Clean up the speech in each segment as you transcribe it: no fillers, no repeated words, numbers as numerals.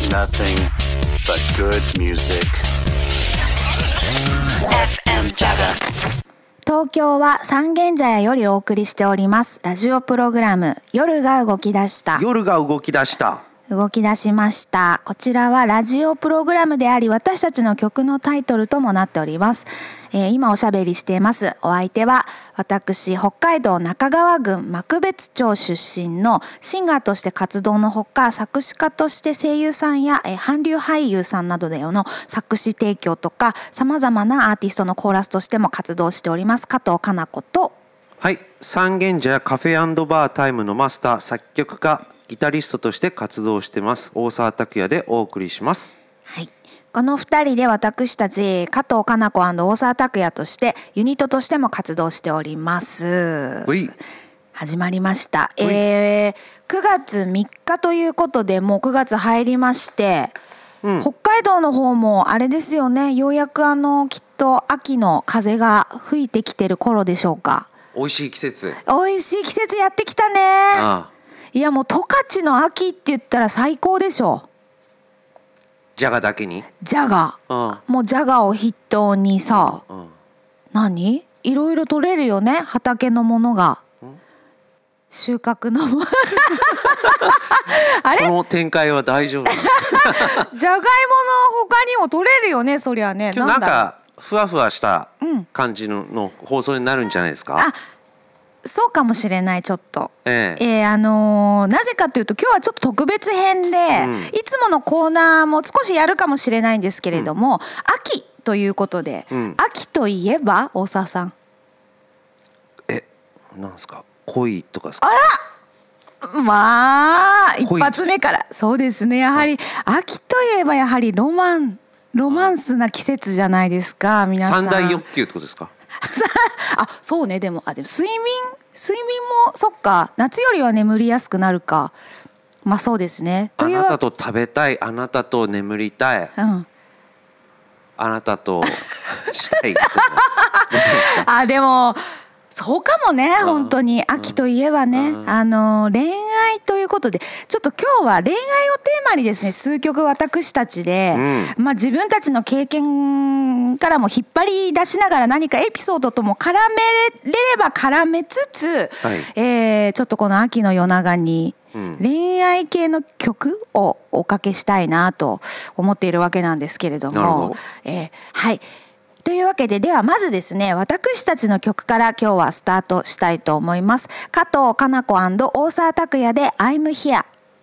nothing but good music. FM Jaga。 東京は三軒茶屋よりお送りしておりますラジオプログラム夜が動き出した。 夜が動き出した。 動き出しました。こちらはラジオプログラムであり、私たちの曲のタイトルともなっております。今おしゃべりしています。お相手は私、北海道中川郡幕別町出身のシンガーとして活動のほか、作詞家として声優さんや韓流俳優さんなどでの作詞提供とか、様々なアーティストのコーラスとしても活動しております加藤かな子と、 はい、三軒茶屋カフェ&バータイムのマスター、作曲家、ギタリストとして活動してます大沢拓也でお送りします。 はい、この2人で私たち加藤かな子&大沢拓也としてユニットとしても活動しております。始まりました。9月3日ということで、もう9月入りまして、北海道の方もあれですよね、ようやくきっと秋の風が吹いてきてる頃でしょうか。 美味しい季節。 美味しい季節やってきたね。いやもう十勝の秋って言ったら最高でしょ。 ジャガだけにジャガ、もうジャガを筆頭にさ、何いろいろ取れるよね、畑のものが、収穫のあれこの展開は大丈夫じゃがいもの他にも取れるよね、そりゃね。 なんかふわふわした感じの放送になるんじゃないですか。 そうかもしれない。ちょっと、なぜかというと今日はちょっと特別編で、いつものコーナーも少しやるかもしれないんですけれども、秋ということで、秋といえば大沢さん、 なんですか、恋とかですか。 あら、まあ一発目からそうですね。やはり秋といえばやはりロマンスな季節じゃないですか、皆さん。 三大欲求ってことですか。 そうね。でも睡眠もそっか、夏よりは眠りやすくなるか。まあそうですね。 あなたと食べたい、あなたと眠りたい、あなたとしたいでもそうかもね、本当に秋といえばね、恋愛ということで、ちょっと今日は恋愛をテーマにですね、数曲私たちで、自分たちの経験からも引っ張り出しながら、何かエピソードとも絡めれれば絡めつつ、ちょっとこの秋の夜長に恋愛系の曲をおかけしたいなと思っているわけなんですけれども、はい。というわけで、ではまずですね、私たちの曲から今日はスタートしたいと思います。加藤かな子&大沢拓也で I'm Here。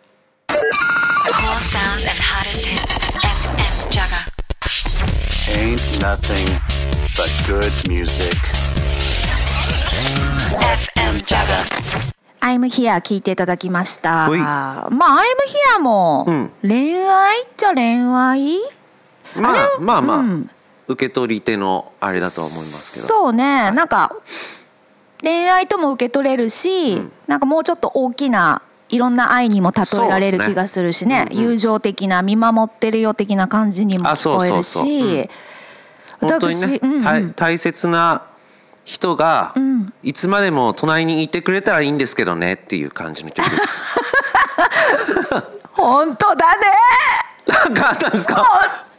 Ain't nothing but good music. FM Jaga。 I'm Here 聞いていただきました。I'm Here も恋愛っちゃ恋愛、 まあ受け取り手のあれだとは思いますけど。 そうね、なんか恋愛とも受け取れるし、なんかもうちょっと大きないろんな愛にも例えられる気がするしね、友情的な、見守ってるよ的な感じにも聞こえるし、 本当にね、大切な人がいつまでも隣にいてくれたらいいんですけどねっていう感じの曲です。 本当だね。 なんかあったんですか。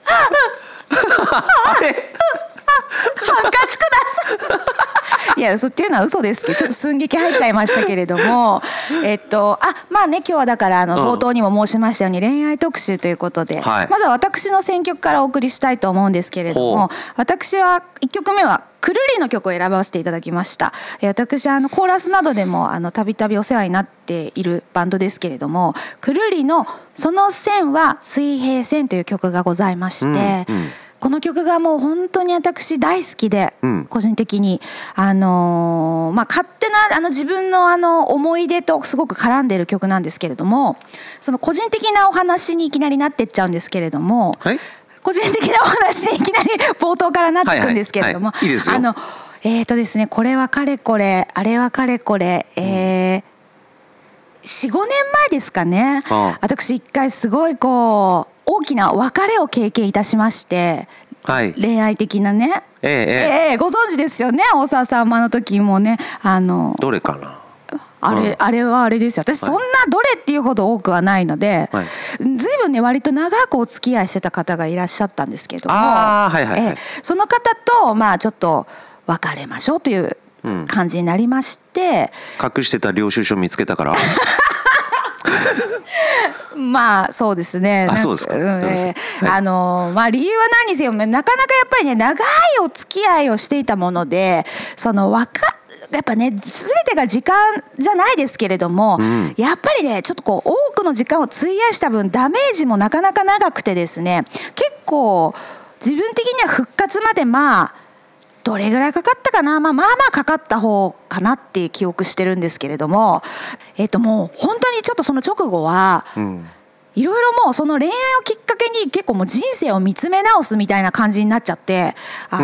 あれハンカチください。いや、嘘っていうのは嘘ですけど、ちょっと寸劇入っちゃいましたけれども、まあね、今日はだから冒頭にも申しましたように恋愛特集ということで、まずは私の選曲からお送りしたいと思うんですけれども、私は1曲目はくるりの曲を選ばせていただきました。私コーラスなどでもたびたびお世話になっているバンドですけれども、くるりのその線は水平線という曲がございまして、この曲がもう本当に私大好きで、個人的に勝手な自分の思い出とすごく絡んでいる曲なんですけれども、その個人的なお話にいきなりなってっちゃうんですけれども、個人的なお話にいきなり冒頭からなっていくんですけれども、 いいですよ。 ですね、これはかれこれあれはかれこれ、4、5年前ですかね、私一回すごい大きな別れを経験いたしまして、恋愛的なね、ご存知ですよね、大沢さんも時もね、 どれかな、 あれはあれですよ。私そんなどれっていうほど多くはないので、 はい、 ずいぶんね割と長くお付き合いしてた方がいらっしゃったんですけども、その方とまあちょっと別れましょうという感じになりまして、 隠してた領収書見つけたからまあそうですね。 そうですか。 まあ理由は何にせよなかなかやっぱりね長いお付き合いをしていたもので、やっぱね全てが時間じゃないですけれども、やっぱりねちょっとこう多くの時間を費やした分ダメージもなかなか長くてですね、結構自分的には復活までどれぐらいかかったかな、まあかかった方かなっていう記憶してるんですけれども、もう本当にちょっとその直後は、いろいろもうその恋愛をきっかけに結構もう人生を見つめ直すみたいな感じになっちゃって、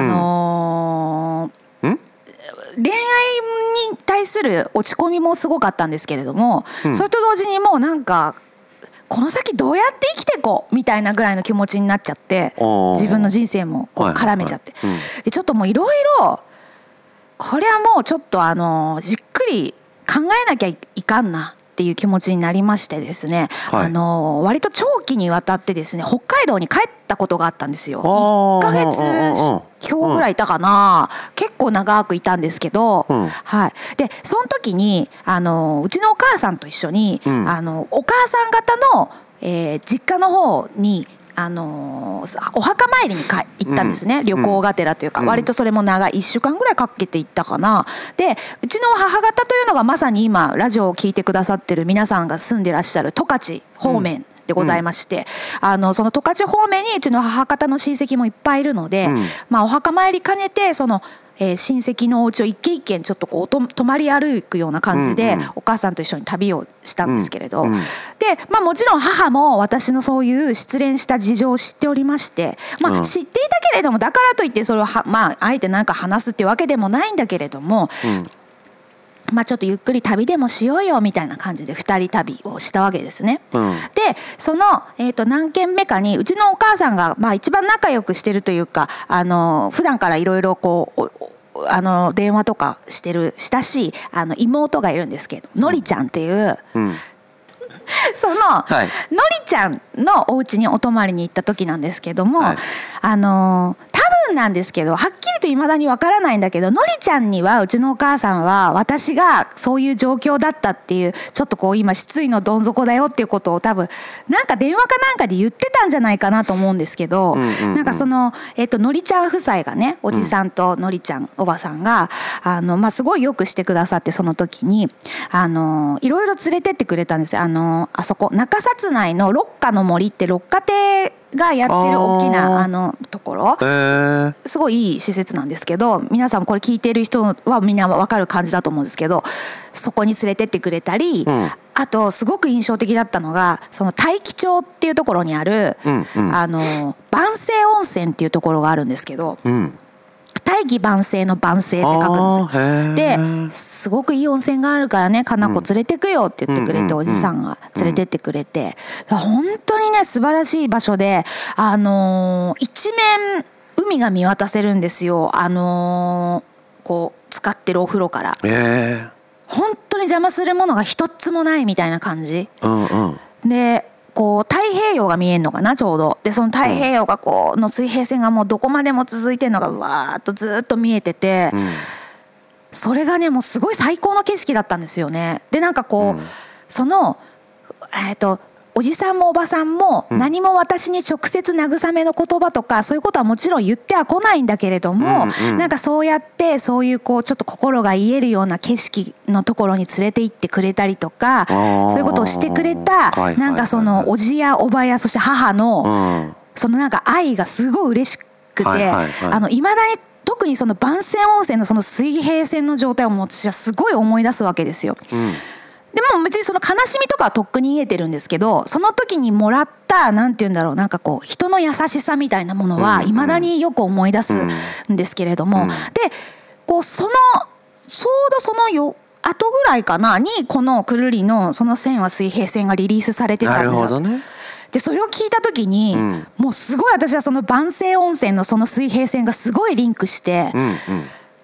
恋愛に対する落ち込みもすごかったんですけれども、それと同時にもうなんかこの先どうやって生きていこうみたいなぐらいの気持ちになっちゃって、自分の人生もこう絡めちゃって、でちょっともういろいろこれはもうちょっとじっくり考えなきゃいかんなっていう気持ちになりましてですね、割と長期にわたってですね北海道に帰ったことがあったんですよ。1ヶ月今日ぐらいいたかな、結構長くいたんですけど、でその時にうちのお母さんと一緒に、お母さん方の、実家の方にお墓参りに行ったんですね、旅行がてらというか、割とそれも長い1週間ぐらいかけて行ったかな。でうちの母方というのがまさに今ラジオを聞いてくださってる皆さんが住んでらっしゃる十勝方面でございまして、その十勝方面にうちの母方の親戚もいっぱいいるので、お墓参り兼ねてその親戚のお家を一軒一軒ちょっとこう泊まり歩くような感じで、お母さんと一緒に旅をしたんですけれど、でもちろん母も私のそういう失恋した事情を知っておりまして、知っていたけれどもだからといってそれをあえて何か話すっていうわけでもないんだけれども、ちょっとゆっくり旅でもしようよみたいな感じで2人旅をしたわけですね。でその、何軒目かにうちのお母さんが、一番仲良くしてるというか普段からいろいろこう電話とかしてる親しい妹がいるんですけど、のりちゃんっていう、その、のりちゃんのお家にお泊まりに行った時なんですけども、多分なんですけどはっきりと未だにわからないんだけど、のりちゃんにはうちのお母さんは私がそういう状況だったっていう、ちょっとこう今失意のどん底だよっていうことを多分なんか電話かなんかで言ってたんじゃないかなと思うんですけど、なんかそののりちゃん夫妻がね、おじさんとのりちゃんおばさんがすごいよくしてくださって、その時にいろいろ連れてってくれたんですよ。あそこ中札内の六花の森って六花亭がやってる大きなところ、すごいいい施設なんですけど、皆さんこれ聞いてる人はみんな分かる感じだと思うんですけど、そこに連れてってくれたり、あとすごく印象的だったのがその大樹町っていうところにある、万世温泉っていうところがあるんですけど、大器晩成の晩成って書くんですよ。ですごくいい温泉があるからね、かなこ連れてくよって言ってくれて、おじさんが連れてってくれて、本当にね素晴らしい場所で、一面海が見渡せるんですよ。こう使ってるお風呂から、本当に邪魔するものが一つもないみたいな感じ、でこう太平洋が見えるのかな、ちょうど。でその太平洋がこうの水平線がもうどこまでも続いてるのがわーっとずっと見えてて、それがねもうすごい最高の景色だったんですよね。でなんかこう、そのおじさんもおばさんも何も私に直接慰めの言葉とかそういうことはもちろん言ってはこないんだけれども、なんかそうやってそういうこうちょっと心が癒えるような景色のところに連れて行ってくれたりとか、そういうことをしてくれた、なんかそのおじやおばやそして母のそのなんか愛がすごい嬉しくて、未だに特にその万世温泉のその水平線の状態を私はすごい思い出すわけですよ。でも別にその悲しみとかはとっくに癒えてるんですけど、その時にもらったなんて言うんだろう、なんかこう人の優しさみたいなものは未だによく思い出すんですけれども、でこうちょうどその後ぐらいかなにこのくるりのその線は水平線がリリースされてたんですよ。なるほどね。でそれを聞いた時に、もうすごい私はその万世温泉のその水平線がすごいリンクして、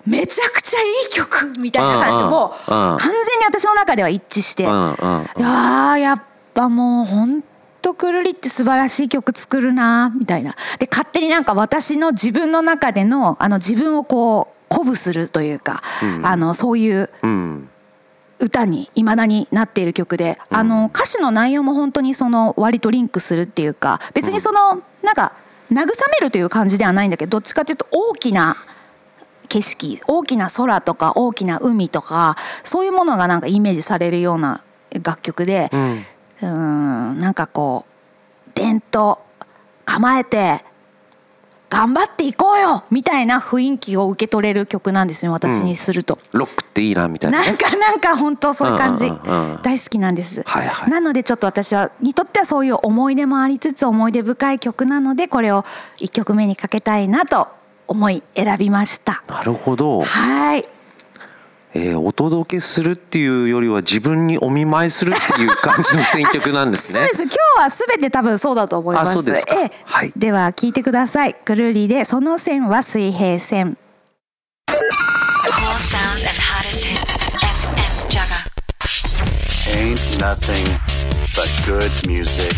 めちゃくちゃいい曲みたいな感じでもう完全に私の中では一致して、いやーやっぱもう本当くるりって素晴らしい曲作るなみたいな。で勝手になんか私の自分の中での自分をこう鼓舞するというか、そういう歌に未だになっている曲で、歌詞の内容も本当に割とリンクするっていうか、別になんか慰めるという感じではないんだけど、どっちかというと大きな景色、大きな空とか大きな海とかそういうものがなんかイメージされるような楽曲で、なんかこう伝統構えて頑張っていこうよみたいな雰囲気を受け取れる曲なんですよ、私にすると。 ロックっていいなみたいな、ね、 なんか本当そういう感じ、大好きなんです、なのでちょっと私にとってはそういう思い出もありつつ思い出深い曲なので、これを1曲目にかけたいなと思い選びました。 なるほど。 はい。 お届けするっていうよりは自分にお見舞いするっていう感じの選曲なんですね。 そうです。今日はすべて多分そうだと思います。 そうですか。はい。 では聞いてください。くるりでその線は水平線。 Ain't nothing but good music.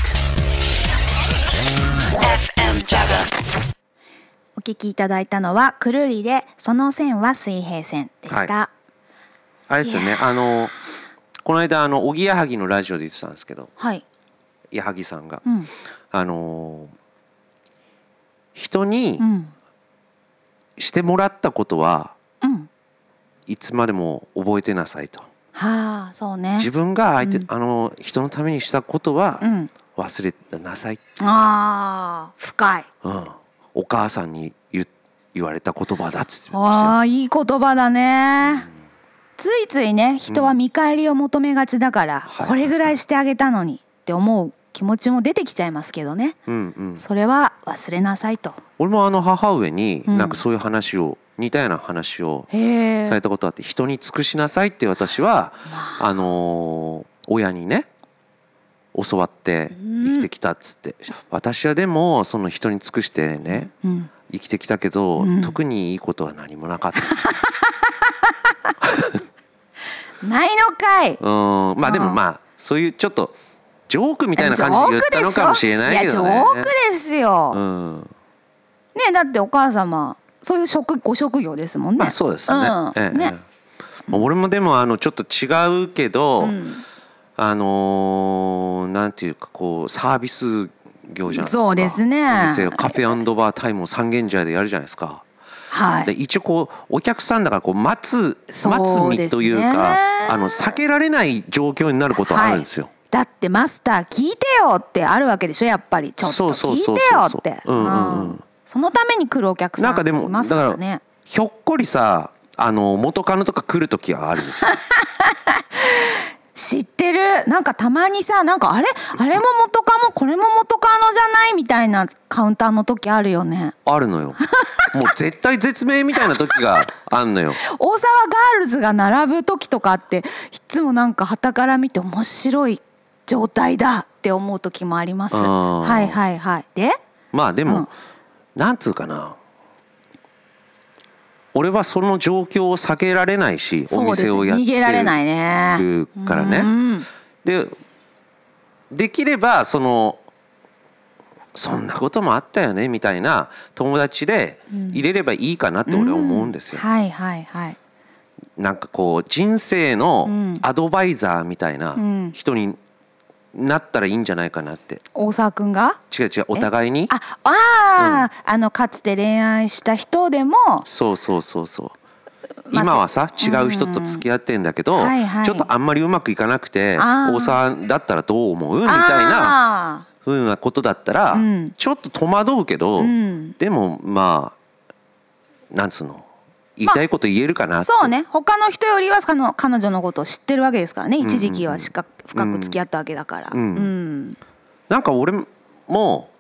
FM Jaga。 お聞きいただいたのはくるりでその線は水平線でした。はい、 あれですよね。この間おぎやはぎのラジオで言ってたんですけど、 はい、 矢作さんが、人にしてもらったことは、いつまでも覚えてなさいと。 はあ、そうね。 自分が相手、人のためにしたことは忘れなさい。 ああ、深い。 お母さんに言われた言葉だっつってましたよ。 ああ、いい言葉だね。ついついね、人は見返りを求めがちだから、これぐらいしてあげたのにって思う気持ちも出てきちゃいますけどね、それは忘れなさいと。 俺も母上になんかそういう話を、似たような話をされたことあって、人に尽くしなさいって私は、親にね教わって生きてきたっつって、私はでもその人に尽くしてね、生きてきたけど、特にいいことは何もなかった。 ないのかい。 まあでもそういうちょっとジョークみたいな感じで言ったのかもしれないけどね。 いやジョークですよ。ね、だってお母様そういうご職業ですもんね。 そうですね。俺もでもちょっと違うけど、なんていうかこうサービス業じゃないですか。そうですね。お店カフェ&バータイムを三軒茶屋でやるじゃないですか。はい、で一応こうお客さんだからこう待つ身というか、避けられない状況になることはあるんですよ。 だってマスター聞いてよってあるわけでしょ、やっぱり。ちょっと聞いてよって。そのために来るお客さんいますからね。だからひょっこりさ元カノとか来る時はあるんですよ。 知ってる。なんかたまにさ、なんかあれも元カノこれも元カノじゃないみたいなカウンターの時あるよね。 あるのよ。もう絶対絶命みたいな時があんのよ。 大沢ガールズが並ぶ時とかっていつもなんか傍から見て面白い状態だって思う時もあります。はいはいはい。ででも、なんつうかな、俺はその状況を避けられないし、お店をやって逃げられないね。 からね。できればそんなこともあったよねみたいな友達で入れればいいかなって俺は思うんですよ。 はいはいはい。 なんかこう人生のアドバイザーみたいな人になったらいいんじゃないかなって。 大沢くんが？ 違うお互いに。 かつて恋愛した人でも。 そう。今はさ違う人と付き合ってんだけど、ちょっとあんまりうまくいかなくて、大沢だったらどう思うみたいなふうなことだったら、ちょっと戸惑うけど、でもなんつうの、言いたいこと言えるかなって。 そうね、他の人よりは彼女のことを知ってるわけですからね。一時期は深く付き合ったわけだから。 なんか俺も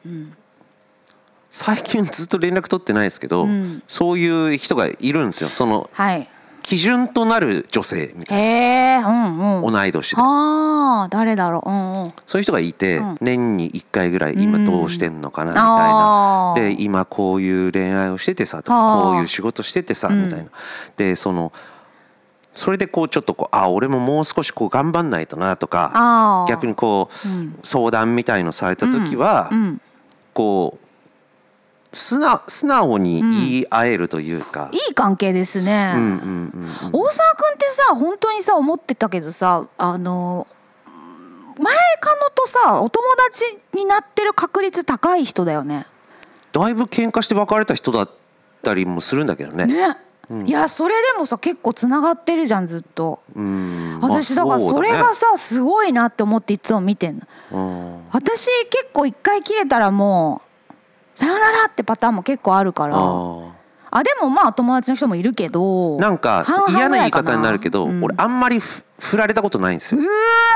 最近ずっと連絡取ってないですけど、そういう人がいるんですよ。 基準となる女性みたいな。 へえ、うんうん。 同い年で。 ああ、誰だろう。うんうん。 そういう人がいて、年に1回ぐらい今どうしてんのかなみたいあな。 ーで今こういう恋愛をしててさとか、こういう仕事しててさみたいな。でそれでこうちょっとこう俺ももう少しこう頑張んないとなとか、逆にこう相談みたいのされた時はこう素直に言い合えるというか、 いい関係ですね。大沢くんってさ、本当にさ思ってたけどさ、前カノとさお友達になってる確率高い人だよね。 だいぶ喧嘩して別れた人だったりもするんだけどね。 いやそれでもさ結構つながってるじゃんずっと。私だからそれがさすごいなって思っていつも見てんの。私結構一回切れたらもうさよならってパターンも結構あるから。でもまあ友達の人もいるけど、 なんか嫌な言い方になるけど、俺あんまり振られたことないんですよ。 うわ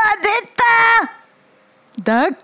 出た、だ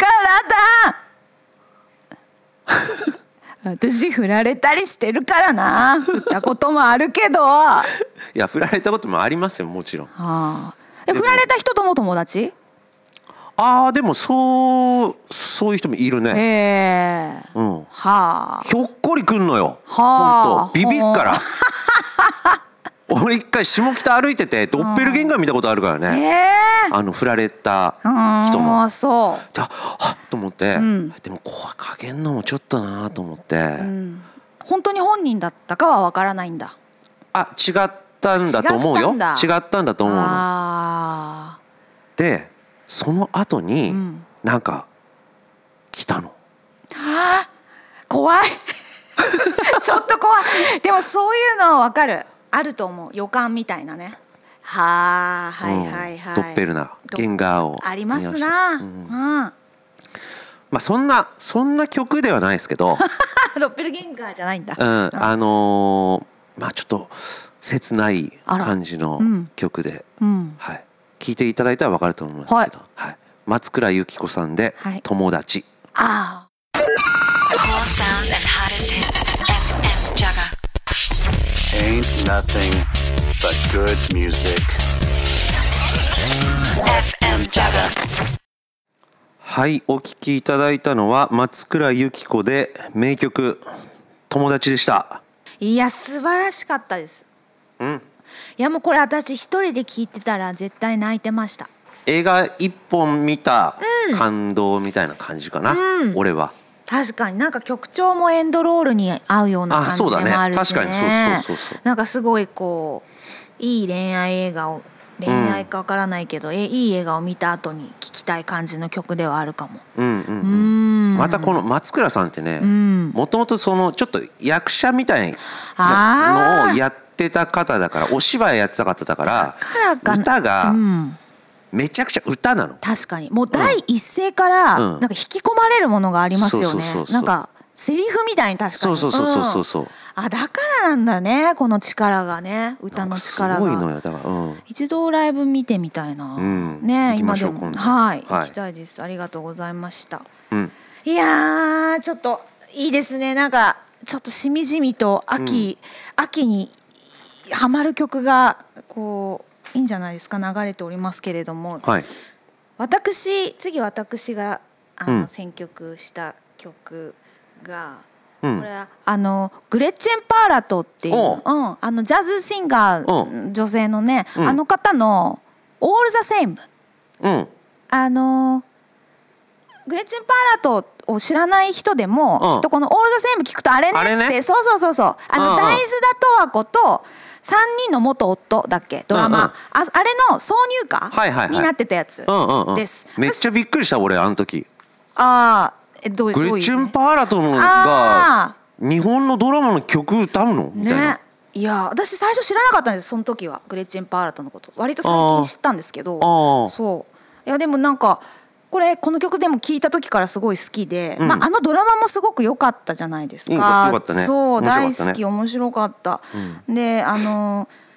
からだ私振られたりしてるからな。振ったこともあるけど。 いや振られたこともありますよもちろん。 振られた人とも友達？ でもそういう人もいるね。ひょっこりくんのよ。ほんとビビっから。俺一回下北歩いててドッペルゲンガー見たことあるからね。振られた人の。 そう。 じゃあと思って、でも声かけんのもちょっとなと思って。 本当に本人だったかはわからないんだ。 違ったんだと思うよ。違ったんだと思うの。でその後になんか来たの。 怖い。ちょっと怖い。でもそういうの分かる。あると思う。予感みたいなね。はいはいはい。 ドッペルナゲンガーをありますな。 まあそんな曲ではないですけど。 ドッペルゲンガーじゃないんだ。 まあちょっと切ない感じの曲で、はい聴いていただいたら分かると思いますけど、松倉由紀子さんで友達。 Ain't nothing but good music. FM Jagger. はい、お聴きいただいたのは松倉由紀子で名曲友達でした。 いや素晴らしかったです。いやもうこれ私一人で聴いてたら絶対泣いてました。 映画一本見た感動みたいな感じかな、俺は。 確かになんか曲調もエンドロールに合うような感じでもあるしね。 確かにそう。 なんかすごいこういい恋愛映画を、恋愛かわからないけど、いい映画を見た後に聴きたい感じの曲ではあるかも。 またこの松倉さんってね、もともとそのちょっと役者みたいなのをやってた方だから、お芝居やってた方だから歌がめちゃくちゃ歌なの。 確かにもう第一声からなんか引き込まれるものがありますよね。なんかセリフみたいに確かに。 そう。 だからなんだね、この力がね、歌の力が。 すごいのよだから。 一度ライブ見てみたいな。ね、今でも行きたいです。ありがとうございました。いやーちょっといいですね。なんかちょっとしみじみと秋にハマる曲がこう。いいんじゃないですか、流れておりますけれども、次私が選曲した曲が、これはグレッチェン・パーラトっていう、ジャズシンガー、女性のね、あの方の「All the Same」。グレッチェン・パーラトを知らない人でもきっとこの「All the Same」聞くとあれねって、そう大豆田十和子と3人の元夫だっけ、ドラマ、あれの挿入歌になってたやつです。 めっちゃびっくりした俺あの時。 どういうグレッチェン・パーラトが日本のドラマの曲歌うのみたいな。 いや私最初知らなかったんです、その時は。グレッチェン・パーラトのこと割と最近知ったんですけど、いやでもなんかこの曲でも聴いた時からすごい好きで、あのドラマもすごく良かったじゃないですか。 よかったね。 そう大好き、面白かった。で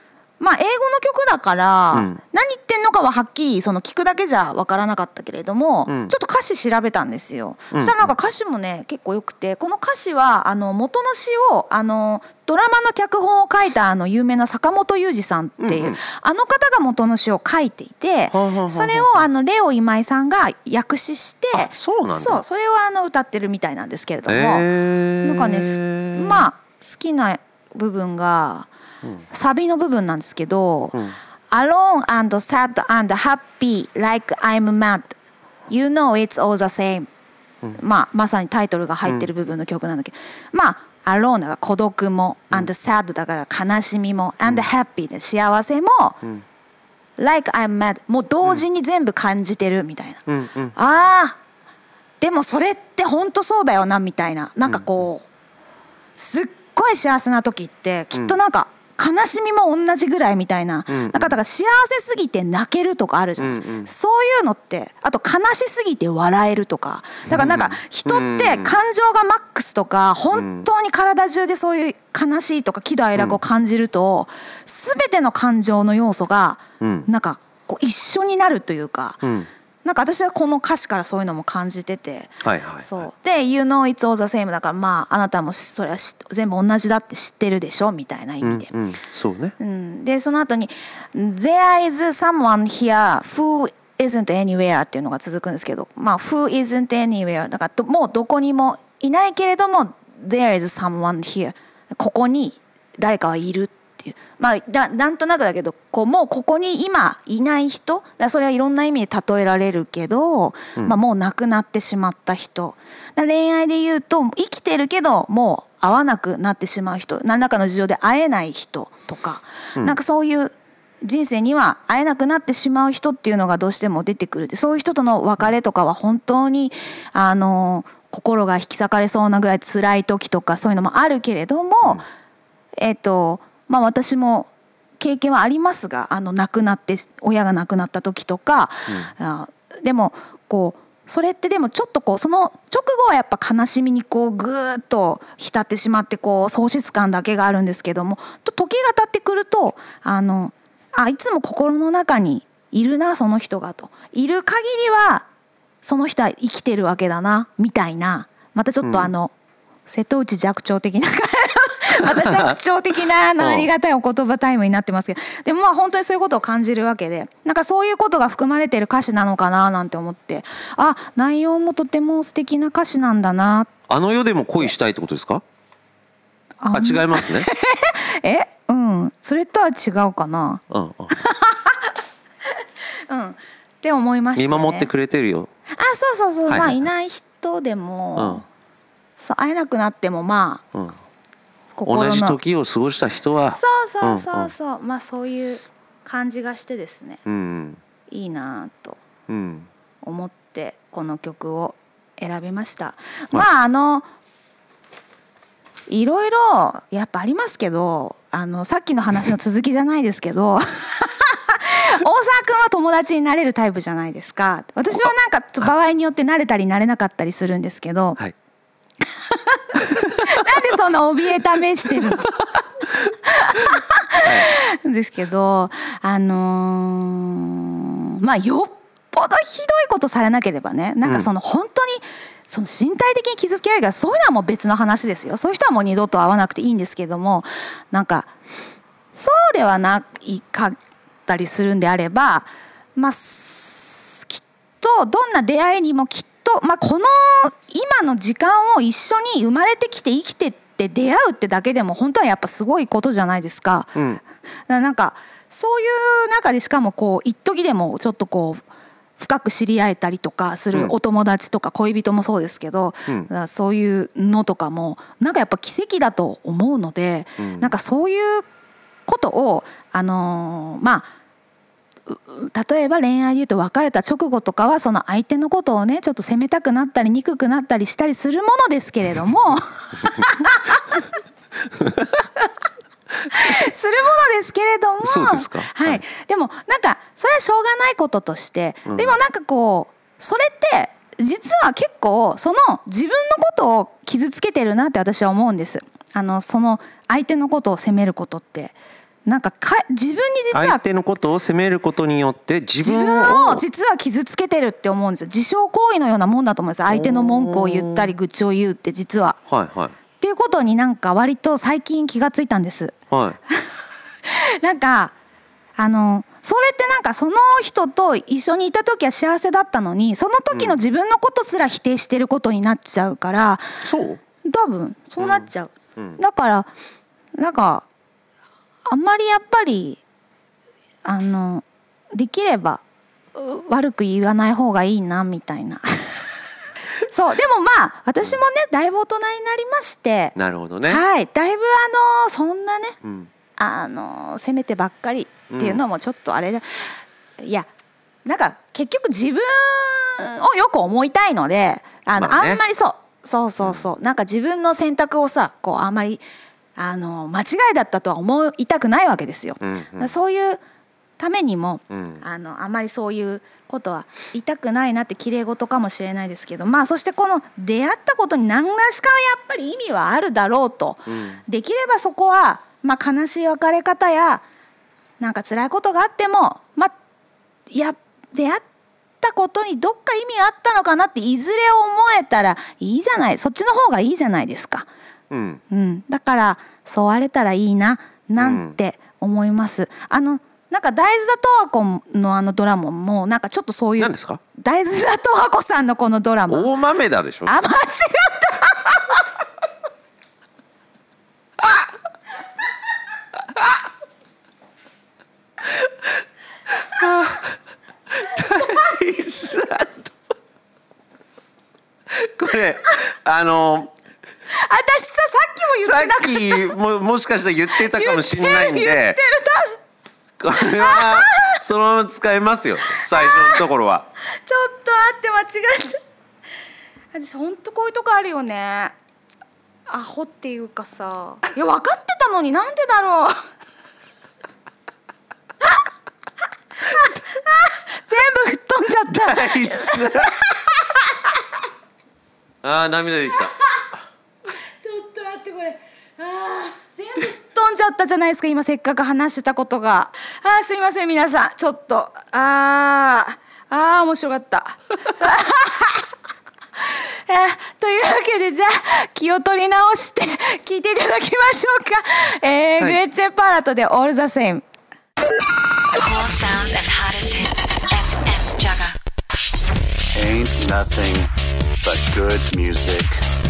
まあ英語の曲だから、何言ってんのかははっきりその聞くだけじゃわからなかったけれども、ちょっと歌詞調べたんですよ。そしたらなんか歌詞もね結構よくて、この歌詞は元の詩をドラマの脚本を書いた有名な坂本雄二さんっていう、あの方が元の詩を書いていて、それをレオ今井さんが訳詞して、 そうなんだ。 そうそれを歌ってるみたいなんですけれども、なんかねまあ好きな部分がサビの部分なんですけど、Alone and sad and happy like I'm mad You know it's all the same、まさにタイトルが入ってる部分の曲なんだけど、Alone だから孤独も、and sad だから悲しみも、and happy で幸せも、like I'm mad もう同時に全部感じてるみたいな、あーでもそれって本当そうだよなみたいな、なんかこうすっごい幸せな時ってきっとなんか悲しみも同じぐらいみたいな、なんかだから幸せすぎて泣けるとかあるじゃん、そういうのって、あと悲しすぎて笑えるとか、だからなんか人って感情がマックスとか本当に体中でそういう悲しいとか喜怒哀楽を感じると、全ての感情の要素がなんかこう一緒になるというか、なんか私はこの歌詞からそういうのも感じてて、そうで「You know it's all the same」だから、あなたもそれは全部同じだって知ってるでしょみたいな意味で、 そうね、 でその後に「There is someone here who isn't anywhere」っていうのが続くんですけど、who isn't anywhere だからもうどこにもいないけれども「There is someone here」ここに誰かはいるっていう、なんとなくだけどもうここに今いない人だ、それはいろんな意味で例えられるけど、もう亡くなってしまった人だ、恋愛で言うと生きてるけどもう会わなくなってしまう人、何らかの事情で会えない人とか、なんかそういう人生には会えなくなってしまう人っていうのがどうしても出てくる。でそういう人との別れとかは本当に心が引き裂かれそうなぐらい辛い時とかそういうのもあるけれども、私も経験はありますが、亡くなって親が亡くなった時とか、でもこうそれってでもちょっとこうその直後はやっぱ悲しみにこうぐーっと浸ってしまってこう喪失感だけがあるんですけども、時が経ってくるといつも心の中にいるなその人がと、いる限りはその人は生きてるわけだなみたいな、またちょっと瀬戸内寂聴的なまた寂聴的なありがたいお言葉タイムになってますけど、でも本当にそういうことを感じるわけで、なんかそういうことが含まれている歌詞なのかななんて思って、内容もとても素敵な歌詞なんだな。 あの世でも恋したいってことですか？違いますねそれとは違うかなって思いましたね。 見守ってくれてるよ。 そう、いない人でも、会えなくなっても同じ時を過ごした人はそうそういう感じがしてですね、いいなと思ってこの曲を選びました。いろいろやっぱありますけど、さっきの話の続きじゃないですけど大沢くんは友達になれるタイプじゃないですか。私はなんか場合によってなれたりなれなかったりするんですけど、なんでそんな怯えた目してるのですけど、よっぽどひどいことされなければね、なんかその本当にその身体的に傷つけられるから、そういうのはもう別の話ですよ。そういう人はもう二度と会わなくていいんですけども、なんかそうではないかったりするんであれば、きっとどんな出会いにもきっと、この今の時間を一緒に生まれてきて生きてって出会うってだけでも本当はやっぱすごいことじゃないですか。なんかそういう中で、しかもこう一時でもちょっとこう深く知り合えたりとかするお友達とか恋人もそうですけど、そういうのとかもなんかやっぱ奇跡だと思うので、なんかそういうことを例えば恋愛でいうと別れた直後とかはその相手のことをねちょっと責めたくなったり憎くなったりしたりするものですけれどもするものですけれども、 そうですか、 でもなんかそれはしょうがないこととして、でもなんかこうそれって実は結構その自分のことを傷つけてるなって私は思うんです。その相手のことを責めることってなんか自分に実は相手のことを責めることによって自分を実は傷つけてるって思うんですよ。自傷行為のようなもんだと思うんです。相手の文句を言ったり愚痴を言うって実は。 はいはい。 っていうことになんか割と最近気がついたんです。 はい。 なんかそれってなんかその人と一緒にいた時は幸せだったのに、その時の自分のことすら否定してることになっちゃうから、 そう多分そうなっちゃう。だからなんかあんまりやっぱりできれば悪く言わない方がいいなみたいなそうでもまあ私もねだいぶ大人になりまして、 なるほどね、 はい、だいぶそんなね、責めてばっかりっていうのもちょっとあれだ、いやなんか結局自分をよく思いたいのであんまりそうなんか自分の選択をさこうあんまり間違いだったとは思いたくないわけですよ。そういうためにも、あんまりそういうことは言いたくないなって綺麗事かもしれないですけど、まあそしてこの出会ったことに何らしかやっぱり意味はあるだろうと、できればそこは、まあ、悲しい別れ方やなんか辛いことがあっても、まあ、出会ったことにどっか意味あったのかなっていずれ思えたらいいじゃない、そっちの方がいいじゃないですか。だからそうあれたらいいななんて思います。なんか大豆田十和子のドラマもなんかちょっとそういう。 何ですか？ 大豆田十和子さんのこのドラマ。 大豆田でしょ。 間違ったこれ私さっきも言ってなかった。 さっきもしかしたら言ってたかもしれないんで、これはそのまま使えますよ最初のところは。 ちょっと待って間違えた。私ほんとこういうとこあるよね。アホっていうかさ、いや分かってたのになんでだろう全部吹っ飛んじゃったナイス涙出てきた。 ちょっと待ってこれ全部吹っ飛んじゃったじゃないですか。今せっかく話してたことが。すいません皆さんちょっと面白かったというわけでじゃあ気を取り直して聞いていただきましょうか。グレッチェンパーラットで All the Same。 Ain't nothing but good music.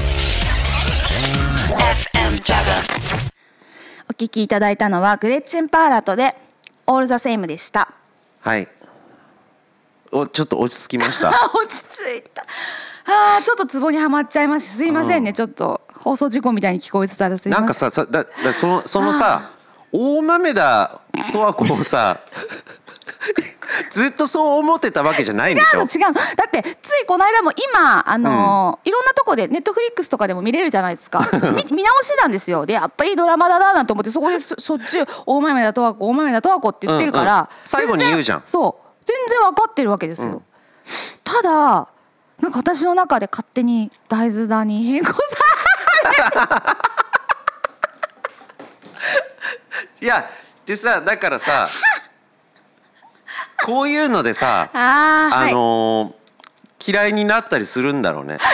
FM Jagger。 お聞きいただいたのはグレッチェンパーラットで All the Same でした。 はい。ちょっと落ち着きました落ち着いた。ちょっとツボにはまっちゃいました。すいませんね、ちょっと放送事故みたいに聞こえてたらすいません。 なんかさそのさ大豆田とはこうさずっとそう思ってたわけじゃないんでしょ。 違うだってついこの間も今いろんなとこでネットフリックスとかでも見れるじゃないですか見直してたんですよ。でやっぱいいドラマだなと思ってそこでしょっちゅう大豆田十和子大豆田十和子って言ってるから、 最後に言うじゃん。 そう全然分かってるわけですよ、ただなんか私の中で勝手に大豆田に変更さいやでさだからさこういうのでさ嫌いになったりするんだろうね。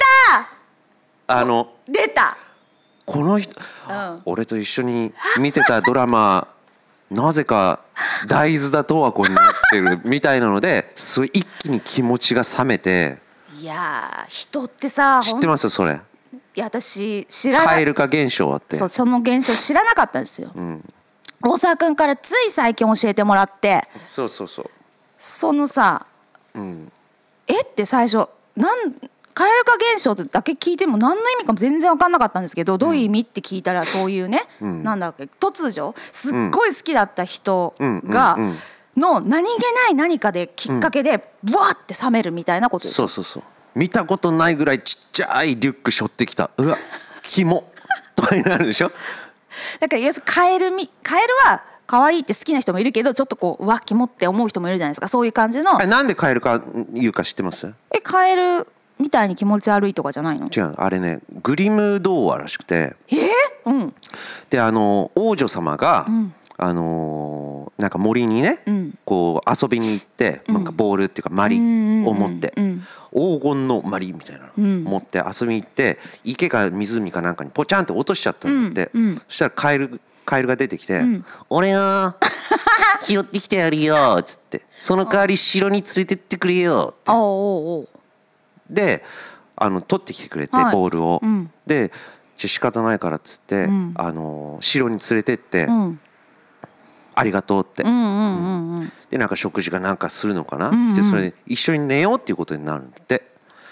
出たこの人、俺と一緒に見てたドラマなぜか大豆田十和子になってるみたいなのでそれ一気に気持ちが冷めて。 いや人ってさ知ってますそれ。 いや私知らない。 蛙化現象あってその現象知らなかったんですよ、大沢くんからつい最近教えてもらって。 そうそのさ、って最初蛙化現象ってだけ聞いても何の意味かも全然分かんなかったんですけど、どういう意味って聞いたらそういうね、なんだっけ突如すっごい好きだった人がの何気ない何かできっかけでブワーって冷めるみたいなことです。 そう見たことないぐらいちっちゃいリュック背負ってきたうわキモとかになるでしょ。 だから要するにカエルは可愛いって好きな人もいるけどちょっとこううわキモって思う人もいるじゃないですか。そういう感じの。 なんでカエルか言うか知ってます？ カエルみたいに気持ち悪いとかじゃないの？ 違う、あれねグリム童話らしくて、で王女様が、 なんか森にね、こう遊びに行って、なんかボールっていうかマリを持って、黄金のマリみたいなの持って遊びに行って、池か湖かなんかにポチャンって落としちゃったんだって、そしたらカエルが出てきて「俺が拾ってきてやるよ」っつって、その代わり城に連れてってくれよってで取ってきてくれて、ボールを、で仕方ないからっつって、城に連れてって、ありがとうって、でなんか食事かなんかするのかな、でそれで一緒に寝ようっていうことになるんだって。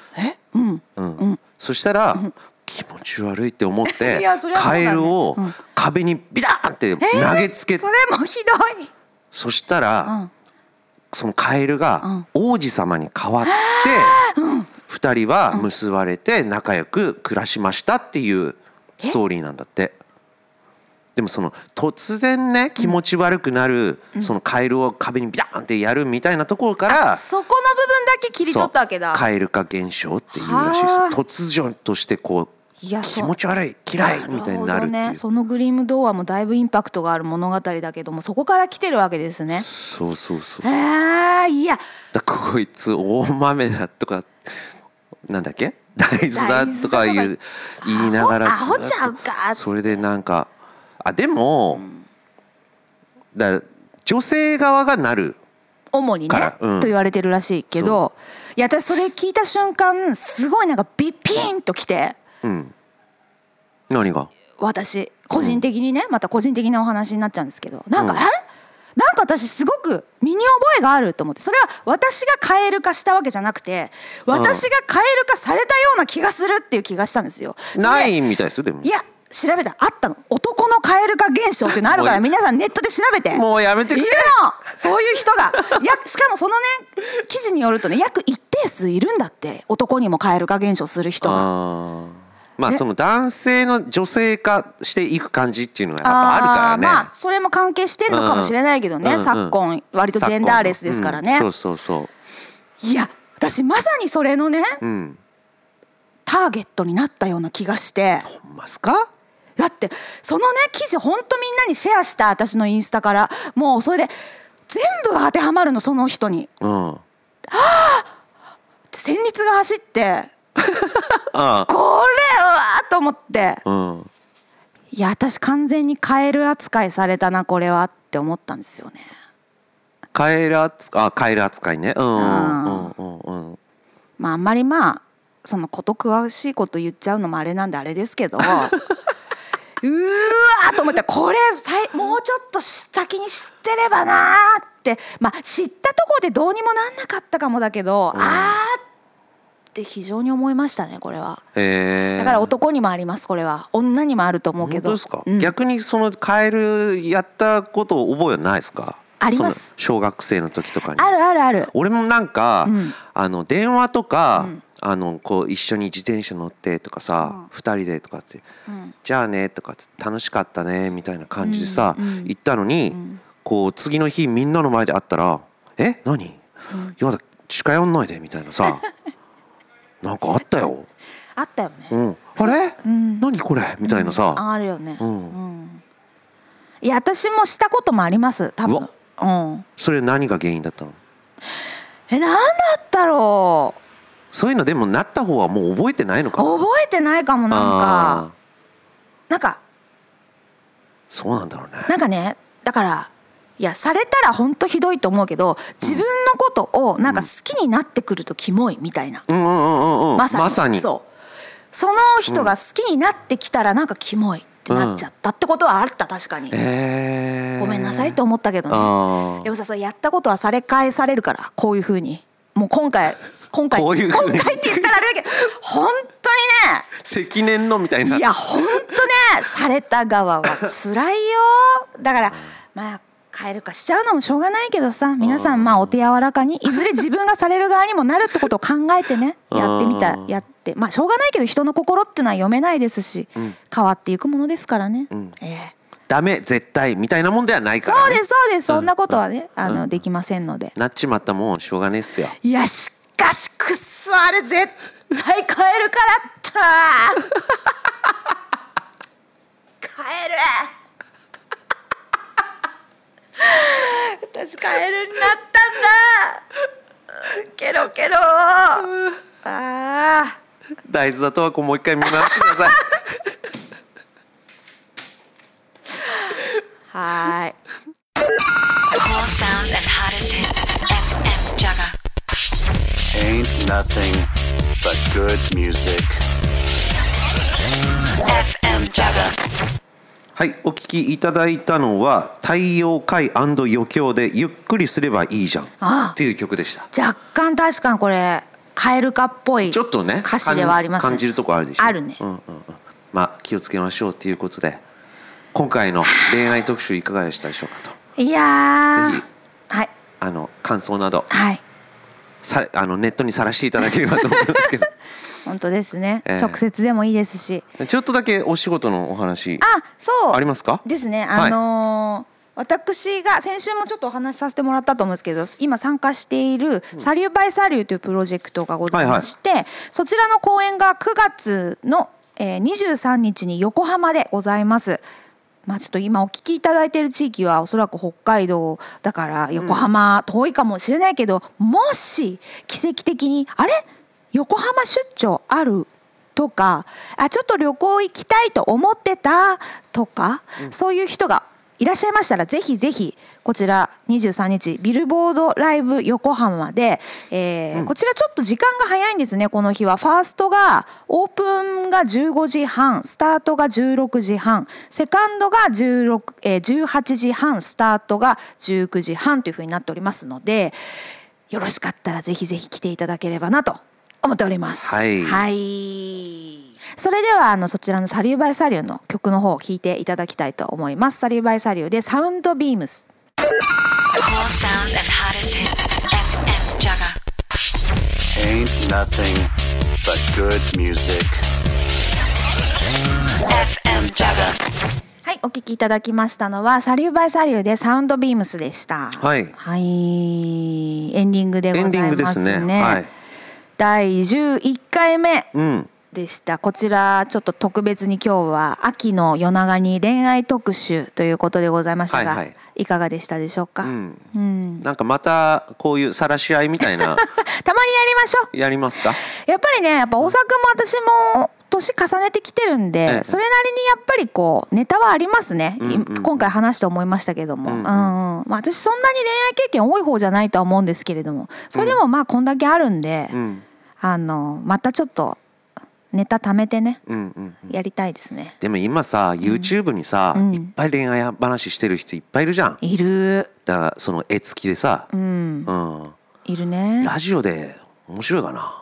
そしたら、気持ち悪いって思ってカエルを壁にビターンって投げつけて、 それもひどい。 そしたら、そのカエルが王子様に変わって、2人は結ばれて仲良く暮らしましたっていうストーリーなんだって。でもその突然ね気持ち悪くなる、そのカエルを壁にビターンってやるみたいなところから、 そこの部分だけ切り取ったわけだ。 カエル化現象っていうらしいです。突如としてこう気持ち悪い嫌いみたいになるっていう、 そのグリム童話もだいぶインパクトがある物語だけども、そこから来てるわけですね。 そうそうそう。 いやだこいつ大豆だとかなんだっけ大豆だとか言いながらアホちゃうか。 それでなんかでも、だ女性側がなる主にね、と言われてるらしいけど、いや私それ聞いた瞬間すごいなんかピーンときて、 何が私個人的にね、また個人的なお話になっちゃうんですけど、なんかなんか私すごく身に覚えがあると思って、それは私がカエル化したわけじゃなくて、私がカエル化されたような気がするっていう気がしたんですよ。 ないみたいですよ。でもいや調べたらあったの。男のカエル化現象っていうのあるから皆さんネットで調べて。 もうやめてくれ。 いるのそういう人が。しかもそのね記事によるとね、約一定数いるんだって、男にもカエル化現象する人が。 まあその男性の女性化していく感じっていうのがやっぱあるからね。 まあそれも関係してんのかもしれないけどね、昨今割とジェンダーレスですからね。 そうそうそう。 いや私まさにそれのね、ターゲットになったような気がして。 ほんますか？ だってそのね記事ほんとみんなにシェアした、私のインスタから。もうそれで全部が当てはまるの、その人に。旋律が走ってこれはと思って、いや私完全にカエル扱いされたなこれはって思ったんですよね。 カエル扱いね。 まああんまりそのこと詳しいこと言っちゃうのもあれなんであれですけどうわーと思って、これもうちょっと先に知ってればなーって、知ったところでどうにもなんなかったかもだけど、って非常に思いましたねこれは。だから男にもあります、これは。女にもあると思うけど。 本当ですか？逆にそのカエルやったことを覚えはないですか？ あります。 小学生の時とかに。 ある。 俺もなんか、電話とか、こう一緒に自転車乗ってとかさ、2人でとかって、じゃあねとかって楽しかったねみたいな感じでさ、言ったのに、こう次の日みんなの前で会ったら「何？やだ近寄んないで」みたいなさなんかあったよ。 あったよね。 あれ？何これ？みたいなさ。 あるよね。いや私もしたこともあります多分。 それ何が原因だったの？ なんだったろう。 そういうのでもなった方はもう覚えてないのかな。 覚えてないかも。なんかそうなんだろうね。 なんかね、だからいやされたら本当ひどいと思うけど、自分のことをなんか好きになってくるとキモいみたいな。まさにその人が好きになってきたらなんかキモいってなっちゃったってことはあった。確かに。ごめんなさいと思ったけどね。でもさ、それやったことはされ返されるから、こういうふうに。もう今回って言ったらあれだけど本当にね積年のみたいな。 いや本当ねされた側は辛いよ。だから変えるかしちゃうのもしょうがないけどさ、皆さんお手柔らかに、いずれ自分がされる側にもなるってことを考えてねやってしょうがないけど、人の心っていうのは読めないですし、変わっていくものですからね。 ダメ絶対みたいなもんではないからね。 そうです、そんなことはねできませんので。 なっちまったもんしょうがねえっすよ。 いやしかしくっそあれ絶対変えるかだった変える私カエルになったんだ。ケロケロ。あ大豆だとはもう一回見直してください。 はい。 All sounds and hottest hits. FM Jaga. Ain't nothing but good music. FM Jaga. はい、お聞きいただいたのは太陽界&余興でゆっくりすればいいじゃんっていう曲でした。 若干確かにこれカエル化っぽいちょっとね歌詞ではありますね。 感じるとこあるでしょ。 あるね。 まあ気をつけましょうということで、今回の恋愛特集いかがでしたでしょうかと。 いやー、 ぜひはい感想など、 はい、 ネットにさらしていただければと思いますけど。 本当ですね、直接でもいいですし、 ちょっとだけお仕事のお話そうありますかですね。 はい、 私が先週もちょっとお話しさせてもらったと思うんですけど、今参加しているサリューバイサリューというプロジェクトがございまして、そちらの公演が9月の23日に横浜でございます。まあちょっと今お聞きいただいている地域はおそらく北海道だから横浜遠いかもしれないけど、もし奇跡的にあれ横浜出張あるとか、ちょっと旅行行きたいと思ってたとか、そういう人がいらっしゃいましたら、ぜひぜひこちら23日ビルボードライブ横浜で、こちらちょっと時間が早いんですね。この日はファーストがオープンが15時半、スタートが16時半、セカンドが18時半、スタートが19時半というふうになっておりますので、よろしかったらぜひぜひ来ていただければなと思っております。 はい、 はい、それではそちらのサリューバイサリューの曲の方を弾いていただきたいと思います。サリューバイサリューでサウンドビームス。 All sounds and hottest hits. FM Jaga. Ain't nothing but good music. FM Jaga. はい、お聴きいただきましたのはサリューバイサリューでサウンドビームスでした。 はい、 はい、エンディングでございますね。 エンディングですね。はい、 第11回目でした。こちらちょっと特別に今日は秋の夜長に恋愛特集ということでございましたが、いかがでしたでしょうか。 なんかまたこういう晒し合いみたいなたまにやりましょう。やりますか。 やっぱりね、やっぱ大阪も私も年重ねてきてるんで、それなりにやっぱりこうネタはありますね。今回話して思いましたけども、まあ私そんなに恋愛経験多い方じゃないとは思うんですけれども、それでもまあこんだけあるんで、またちょっとネタ貯めてね、やりたいですね。 でも今さ YouTube にさ、いっぱい恋愛話してる人いっぱいいるじゃん。いる。 だからその絵付きでさ、 いるね。 ラジオで面白いかな。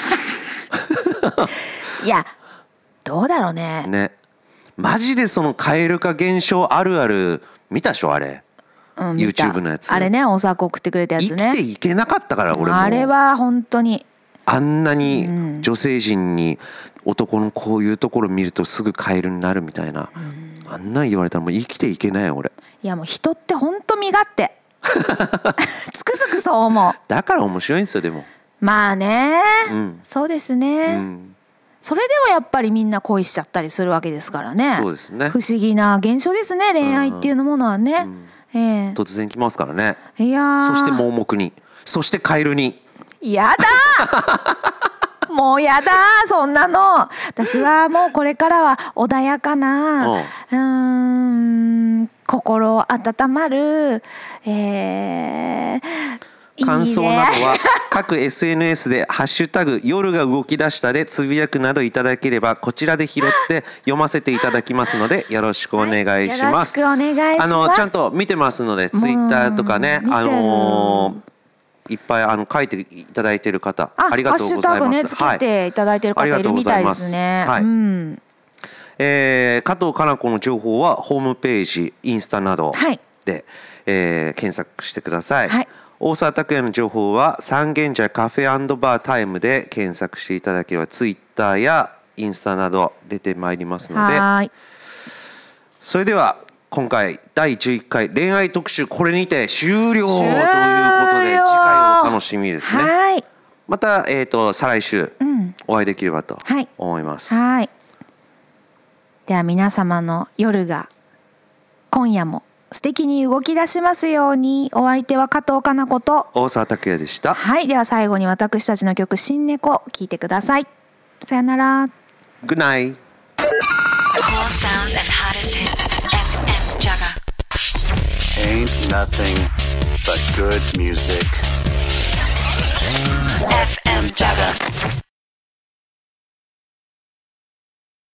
いやどうだろうね。 ね、マジでその蛙化現象あるある見たでしょあれ、YouTube のやつ。 あれね、お酒送ってくれたやつね。 生きていけなかったから俺も。 あれは本当にあんなに女性陣に男のこういうところ見るとすぐカエルになるみたいな、あんなん言われたらもう生きていけないよ俺。いやもう人って本当身勝手。つくづくそう思う。 だから面白いんですよ。でもまあね、そうですね、それでもやっぱりみんな恋しちゃったりするわけですからね。 そうですね。 不思議な現象ですね、恋愛っていうのものはね。 突然来ますからね。 いやそして盲目に、そしてカエルに。 やだもうやだそんなの。私はもうこれからは穏やかな、心温まる、 感想などは各 SNS でハッシュタグ夜が動き出したでつぶやくなどいただければこちらで拾って読ませていただきますのでよろしくお願いします。 よろしくお願いします。 ちゃんと見てますのでツイッターとかね、いっぱい書いていただいている方ありがとうございます。 ハッシュタグねつけていただいている方いるみたいですね。 加藤かな子の情報はホームページインスタなどで、検索してください。大沢拓也の情報は三軒茶カフェ&バータイムで検索していただければツイッターやインスタなど出てまいりますので、それでは今回第11回恋愛特集これにて終了ということで次回お楽しみですね。また、再来週お会いできればと思います。では皆様の夜が今夜も素敵に動き出しますように。お相手は加藤かな子と大沢拓也でした。 はい、では最後に私たちの曲新猫聴いてください。さよなら。 Good night. Cool sounds and hottest hits. FM Jaga. Ain't nothing but good music. FM